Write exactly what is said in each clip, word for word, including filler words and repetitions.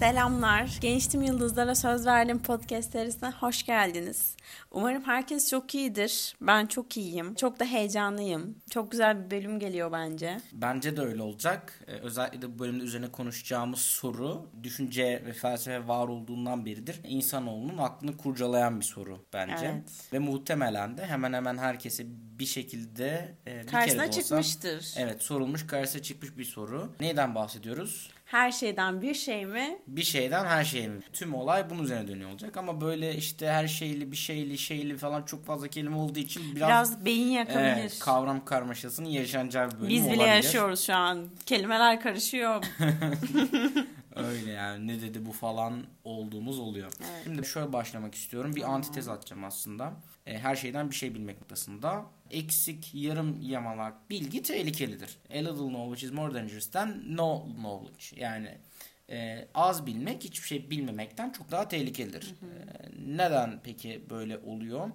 Selamlar. Gençtim Yıldızlara Söz Verdim podcast serisine hoş geldiniz. Umarım herkes çok iyidir. Ben çok iyiyim. Çok da heyecanlıyım. Çok güzel bir bölüm geliyor bence. Bence de öyle olacak. Ee, özellikle de bu bölümde üzerine konuşacağımız soru düşünce ve felsefe var olduğundan beridir İnsanoğlunun aklını kurcalayan bir soru bence. Evet. Ve muhtemelen de hemen hemen herkese bir şekilde e, bir Karşısına kere de olsa, çıkmıştır. Evet, sorulmuş, karşısına çıkmış bir soru. Neyden bahsediyoruz? Her şeyden bir şey mi? Bir şeyden her şey mi? Tüm olay bunun üzerine dönüyor olacak ama böyle işte her şeyli, bir şeyli, şeyli falan çok fazla kelime olduğu için biraz, Biraz beyin yakabilir. Evet, kavram karmaşasının yaşanacağı bir bölüm Biz olabilir. bile yaşıyoruz şu an. Kelimeler karışıyor. Öyle yani, ne dedi bu falan olduğumuz oluyor. Evet. Şimdi şöyle başlamak istiyorum. Bir Tamam. antitez atacağım aslında. E, her şeyden bir şey bilmek noktasında. Eksik, yarım yamalak bilgi tehlikelidir. A little knowledge is more dangerous than no knowledge. Yani e, az bilmek hiçbir şey bilmemekten çok daha tehlikelidir. Hı hı. E, neden peki böyle oluyor?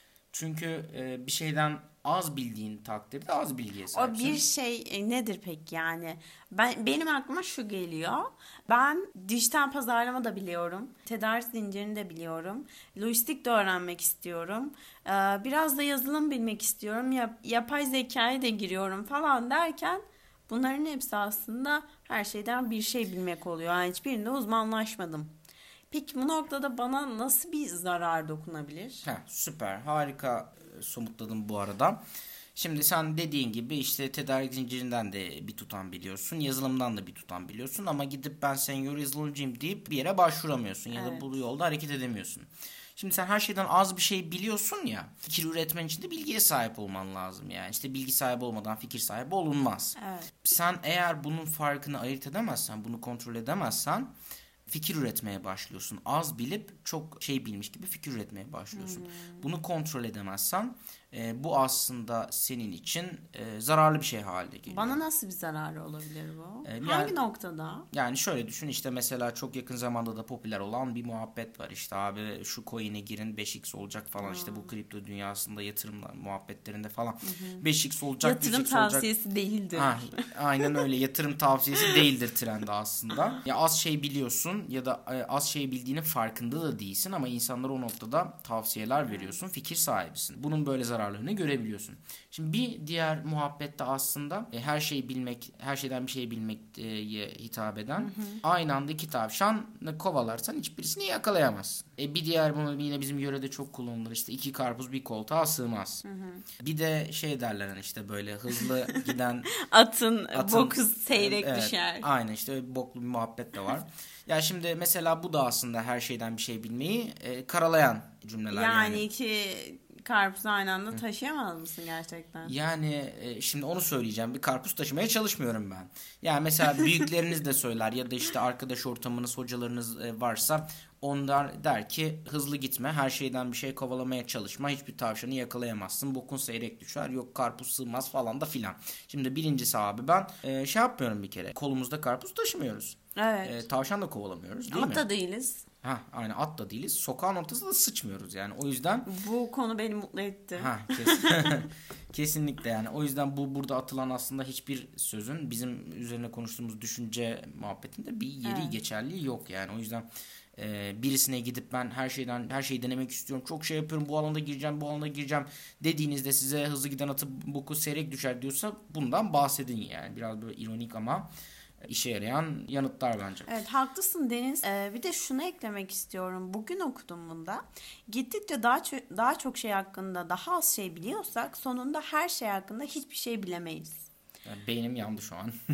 Çünkü e, bir şeyden az bildiğin takdirde az bilgiye sahipsin. O bir şey e, nedir peki yani? Ben benim aklıma şu geliyor. Ben dijital pazarlama da biliyorum. Tedarik zincirini de biliyorum. Lojistik de öğrenmek istiyorum. Ee, biraz da yazılım bilmek istiyorum. Yap, yapay zekaya da giriyorum falan derken bunların hepsi aslında her şeyden bir şey bilmek oluyor. Yani hiçbirinde uzmanlaşmadım. Peki bu noktada bana nasıl bir zarar dokunabilir? Heh, süper, harika somutladım bu arada. Şimdi sen dediğin gibi işte tedarik zincirinden de bir tutam biliyorsun, yazılımdan da bir tutam biliyorsun ama gidip ben senior yazılımcıyım deyip bir yere başvuramıyorsun ya Evet. da bu yolda hareket edemiyorsun. Şimdi sen her şeyden az bir şey biliyorsun ya, fikir üretmen için de bilgiye sahip olman lazım yani. İşte bilgi sahibi olmadan fikir sahibi olunmaz. Evet. Sen eğer bunun farkını ayırt edemezsen, bunu kontrol edemezsen fikir üretmeye başlıyorsun. Az bilip çok şey bilmiş gibi fikir üretmeye başlıyorsun. Hmm. Bunu kontrol edemezsen e, bu aslında senin için e, zararlı bir şey haline geliyor. Bana nasıl bir zararı olabilir bu? E, Hangi yani, noktada? Yani şöyle düşün, işte mesela çok yakın zamanda da popüler olan bir muhabbet var. İşte abi şu coin'e girin beş x olacak falan. Hmm. İşte bu kripto dünyasında yatırımlar muhabbetlerinde falan. Hmm. beş x olacak, yatırım yüz x olacak. tavsiyesi değildir. Ha, aynen öyle, yatırım tavsiyesi değildir trendi aslında. Ya az şey biliyorsun ya da az şey bildiğinin farkında da değilsin ama insanlara o noktada tavsiyeler veriyorsun, fikir sahibisin. Bunun böyle zararlarını görebiliyorsun. Şimdi bir diğer muhabbette aslında e, her şeyi bilmek, her şeyden bir şey bilmeye hitap eden, hı hı, aynı anda iki tavşanı kovalarsan hiçbirisini yakalayamazsın. E, bir diğer, bunu yine bizim yörede çok kullanılır, işte iki karpuz bir koltuğa sığmaz. Hı hı. Bir de şey derler hani, işte böyle hızlı giden atın, atın boku seyrek evet, düşer. Aynen, işte boklu bir muhabbet de var. Ya şimdi mesela bu da aslında her şeyden bir şey bilmeyi e, karalayan cümleler yani. Yani iki karpuzu aynı anda taşıyamaz mısın gerçekten? Yani e, şimdi onu söyleyeceğim. Bir karpuz taşımaya çalışmıyorum ben. Yani mesela büyükleriniz de söyler ya da işte arkadaş ortamınız, hocalarınız e, varsa onlar der ki hızlı gitme, her şeyden bir şey kovalamaya çalışma, hiçbir tavşanı yakalayamazsın, bokun seyrek düşer, yok karpuz sığmaz falan da filan. Şimdi birincisi abi ben e, şey yapmıyorum bir kere, kolumuzda karpuz taşımıyoruz. Evet. E, tavşan da kovalamıyoruz değil At mi? da değiliz. Ha, aynı at da değiliz. Sokağın ortasında da sıçmıyoruz yani. O yüzden bu konu beni mutlu etti. Ha, kesin. Kesinlikle yani. O yüzden bu burada atılan aslında hiçbir sözün bizim üzerine konuştuğumuz düşünce muhabbetinde bir yeri, evet, geçerliği yok yani. O yüzden e, birisine gidip ben her şeyden her şeyi denemek istiyorum, çok şey yapıyorum, bu alanda gireceğim, bu alanda gireceğim dediğinizde size hızlı giden atı boku seyrek düşer diyorsa bundan bahsedin yani. Biraz böyle ironik ama işe yarayan yanıtlar bence. Evet, haklısın Deniz. Ee, bir de şunu eklemek istiyorum. Bugün okudum bunda. Gittikçe daha çok, daha çok şey hakkında daha az şey biliyorsak sonunda her şey hakkında hiçbir şey bilemeyiz. Yani beynim yandı şu an.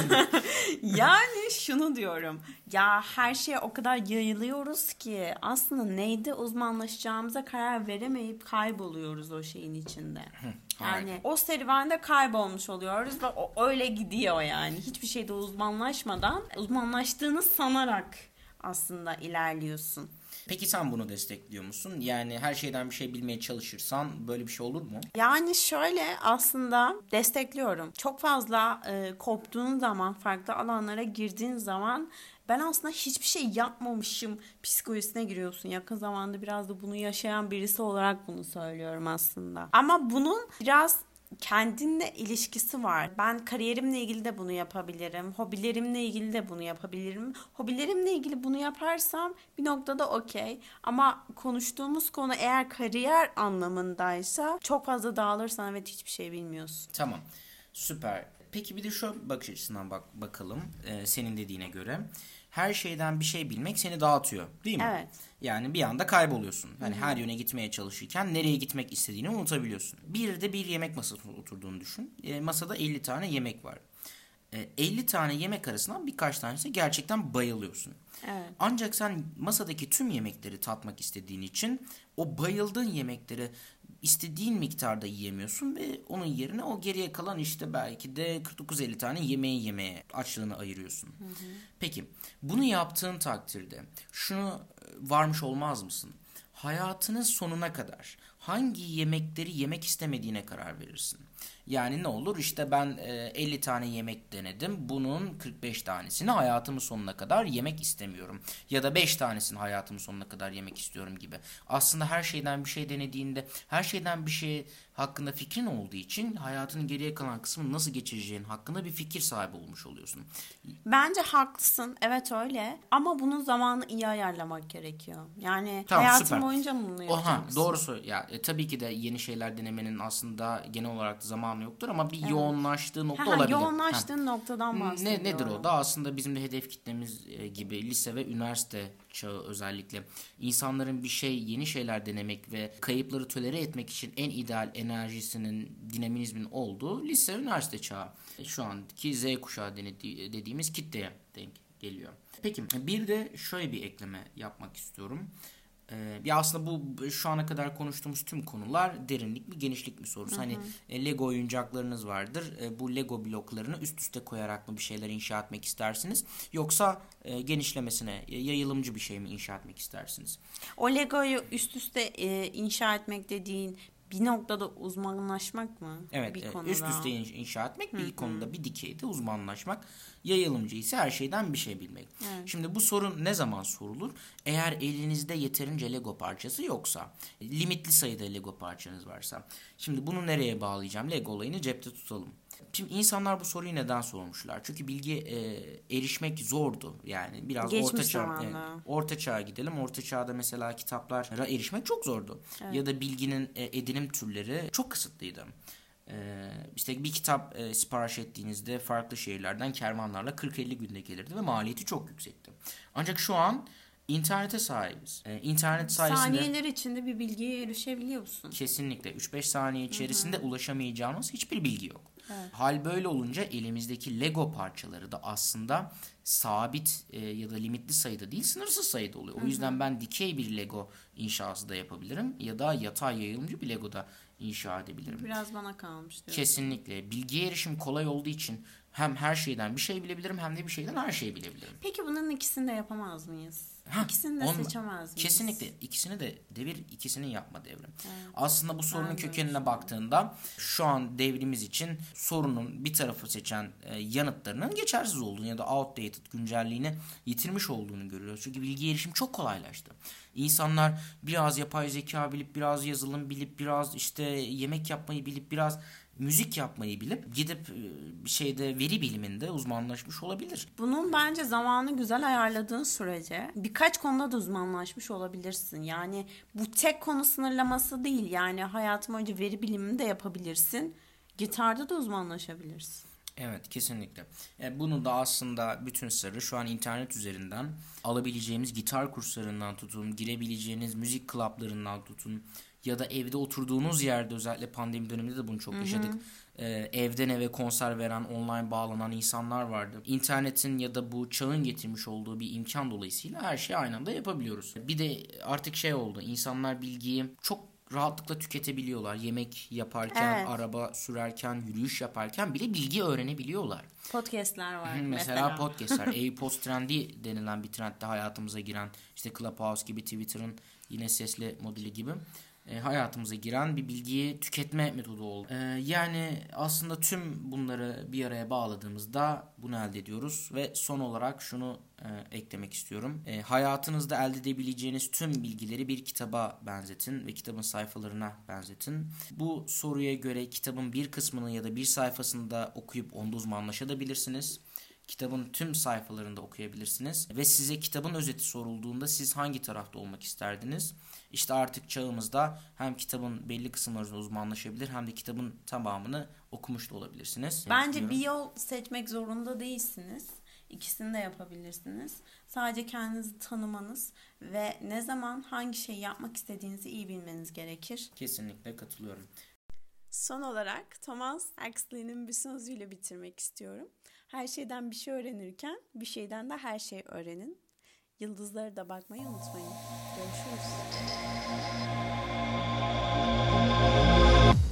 Yani şunu diyorum. Ya her şeye o kadar yayılıyoruz ki aslında neyde uzmanlaşacağımıza karar veremeyip kayboluyoruz o şeyin içinde. Yani o serüvende kaybolmuş oluyoruz ve o öyle gidiyor yani. Hiçbir şeyde uzmanlaşmadan, uzmanlaştığını sanarak aslında ilerliyorsun. Peki sen bunu destekliyor musun? Yani her şeyden bir şey bilmeye çalışırsan böyle bir şey olur mu? Yani şöyle, aslında destekliyorum. Çok fazla e, koptuğun zaman, farklı alanlara girdiğin zaman ben aslında hiçbir şey yapmamışım psikolojisine giriyorsun. Yakın zamanda biraz da bunu yaşayan birisi olarak bunu söylüyorum aslında. Ama bunun biraz kendinle ilişkisi var. Ben kariyerimle ilgili de bunu yapabilirim. Hobilerimle ilgili de bunu yapabilirim. Hobilerimle ilgili bunu yaparsam bir noktada okey. Ama konuştuğumuz konu eğer kariyer anlamındaysa çok fazla dağılırsan evet hiçbir şey bilmiyorsun. Tamam. Süper. Peki bir de şu bakış açısından bak bakalım. Ee, senin dediğine göre. Her şeyden bir şey bilmek seni dağıtıyor, değil mi? Evet. Yani bir anda kayboluyorsun. Hani her yöne gitmeye çalışırken nereye gitmek istediğini unutabiliyorsun. Bir de bir yemek masasına oturduğunu düşün. E, masada elli tane yemek var. E, elli tane yemek arasından birkaç tanesi gerçekten bayılıyorsun. Evet. Ancak sen masadaki tüm yemekleri tatmak istediğin için o bayıldığın yemekleri istediğin miktarda yiyemiyorsun ve onun yerine o geriye kalan işte belki de kırk dokuz elli tane yemeği yemeye açlığını ayırıyorsun. Hı hı. Peki bunu yaptığın takdirde şunu varmış olmaz mısın? Hayatının sonuna kadar hangi yemekleri yemek istemediğine karar verirsin. Yani ne olur işte ben elli tane yemek denedim. Bunun kırk beş tanesini hayatımın sonuna kadar yemek istemiyorum. Ya da beş tanesini hayatımın sonuna kadar yemek istiyorum gibi. Aslında her şeyden bir şey denediğinde, her şeyden bir şey hakkında fikrin olduğu için hayatının geriye kalan kısmını nasıl geçireceğin hakkında bir fikir sahibi olmuş oluyorsun. Bence haklısın. Evet öyle. Ama bunun zamanı iyi ayarlamak gerekiyor. Yani tamam, hayatın süper. boyunca mı bunu yapacaksın? Oha, doğrusu ya e, tabii ki de yeni şeyler denemenin aslında genel olarak da zamanı yoktur ama bir Evet. yoğunlaştığı nokta Ha, olabilir. yoğunlaştığın Ha. noktadan bahsediyorum. Ne nedir o da aslında bizim de hedef kitlemiz e, gibi lise ve üniversite çağı özellikle insanların bir şey yeni şeyler denemek ve kayıpları tolere etmek için en ideal enerjisinin dinamizmin olduğu lise üniversite çağı. E, şu anki Z kuşağı denedi- dediğimiz kitleye denk geliyor. Peki bir de şöyle bir ekleme yapmak istiyorum. Ee, ya aslında bu şu ana kadar konuştuğumuz tüm konular derinlik mi genişlik mi sorusu. Hı hı. Hani e, Lego oyuncaklarınız vardır. E, bu Lego bloklarını üst üste koyarak mı bir şeyler inşa etmek istersiniz? Yoksa e, genişlemesine e, yayılımcı bir şey mi inşa etmek istersiniz? O Lego'yu üst üste e, inşa etmek dediğin bir noktada uzmanlaşmak mı? Evet, bir e, konuda. üst üste inşa etmek, bir Hı-hı. konuda bir dikeyde uzmanlaşmak, yayılımcı ise her şeyden bir şey bilmek. Evet. Şimdi bu sorun ne zaman sorulur? Eğer elinizde yeterince Lego parçası yoksa, limitli sayıda Lego parçanız varsa. Şimdi bunu nereye bağlayacağım? Lego olayını cepte tutalım. Şimdi insanlar bu soruyu neden sormuşlar? Çünkü bilgiye e, erişmek zordu. Yani biraz Geçmiş orta çağ, zamanda. yani orta çağa gidelim. Orta çağda mesela kitaplara erişmek çok zordu. Evet. Ya da bilginin e, edinim türleri çok kısıtlıydı. Ee, işte bir kitap e, sipariş ettiğinizde farklı şehirlerden kervanlarla kırk elli günde gelirdi ve maliyeti çok yüksekti. Ancak şu an internete sahibiz. Ee, internet sayesinde saniyeler içinde bir bilgiye erişebiliyorsun. Kesinlikle üç beş saniye içerisinde Hı-hı. ulaşamayacağımız hiçbir bilgi yok. Evet. Hal böyle olunca elimizdeki Lego parçaları da aslında sabit e, ya da limitli sayıda değil, sınırsız sayıda oluyor. Hı-hı. O yüzden ben dikey bir Lego inşası da yapabilirim ya da yatay yayılımcı bir Lego da inşa edebilirim. Biraz bana kalmış diyorsun. Kesinlikle. Bilgiye erişim kolay olduğu için hem her şeyden bir şey bilebilirim hem de bir şeyden her şeyi bilebilirim. Peki bunun ikisini de yapamaz mıyız? Ha, İkisini de onunla, seçemez miyiz? Kesinlikle. İkisini de devir, ikisini yapma devrim. Evet. Aslında bu sorunun Ben kökenine baktığında şu an devrimiz için sorunun bir tarafı seçen e, yanıtlarının geçersiz olduğunu ya da outdated, güncelliğini yitirmiş olduğunu görüyoruz. Çünkü bilgi erişim çok kolaylaştı. İnsanlar biraz yapay zeka bilip, biraz yazılım bilip, biraz işte yemek yapmayı bilip, biraz müzik yapmayı bilip gidip bir şeyde veri biliminde uzmanlaşmış olabilir. Bunun bence zamanı güzel ayarladığın sürece birkaç konuda da uzmanlaşmış olabilirsin. Yani bu tek konu sınırlaması değil. Yani hayatım boyunca veri bilimini de yapabilirsin. Gitarda da uzmanlaşabilirsin. Evet, kesinlikle. Yani bunun da aslında bütün sırrı şu an internet üzerinden alabileceğimiz gitar kurslarından tutun, girebileceğiniz müzik klaplarından tutun ya da evde oturduğunuz yerde, özellikle pandemi döneminde de bunu çok yaşadık. Ee, evden eve konser veren, online bağlanan insanlar vardı. İnternetin ya da bu çağın getirmiş olduğu bir imkan dolayısıyla her şeyi aynı anda yapabiliyoruz. Bir de artık şey oldu, insanlar bilgiyi çok rahatlıkla tüketebiliyorlar. Yemek yaparken, evet. araba sürerken, yürüyüş yaparken bile bilgi öğrenebiliyorlar. Podcast'ler var. mesela, mesela podcast'ler. AirPods trendi denilen bir trendde hayatımıza giren, işte Clubhouse gibi, Twitter'ın yine sesli modeli gibi e, hayatımıza giren bir bilgiyi tüketme metodu oldu. E, yani aslında tüm bunları bir araya bağladığımızda bunu elde ediyoruz ve son olarak şunu e, eklemek istiyorum. E, hayatınızda elde edebileceğiniz tüm bilgileri bir kitaba benzetin ve kitabın sayfalarına benzetin. Bu soruya göre kitabın bir kısmını ya da bir sayfasını da okuyup onda uzmanlaşabilirsiniz. Kitabın tüm sayfalarında okuyabilirsiniz ve size kitabın özeti sorulduğunda siz hangi tarafta olmak isterdiniz? İşte artık çağımızda hem kitabın belli kısımlarında uzmanlaşabilir hem de kitabın tamamını okumuş da olabilirsiniz. Bence bir yol seçmek zorunda değilsiniz. İkisini de yapabilirsiniz. Sadece kendinizi tanımanız ve ne zaman hangi şeyi yapmak istediğinizi iyi bilmeniz gerekir. Kesinlikle katılıyorum. Son olarak Thomas Huxley'nin bir sözüyle bitirmek istiyorum. Her şeyden bir şey öğrenirken bir şeyden de her şey öğrenin. Yıldızlara da bakmayı unutmayın. Görüşürüz.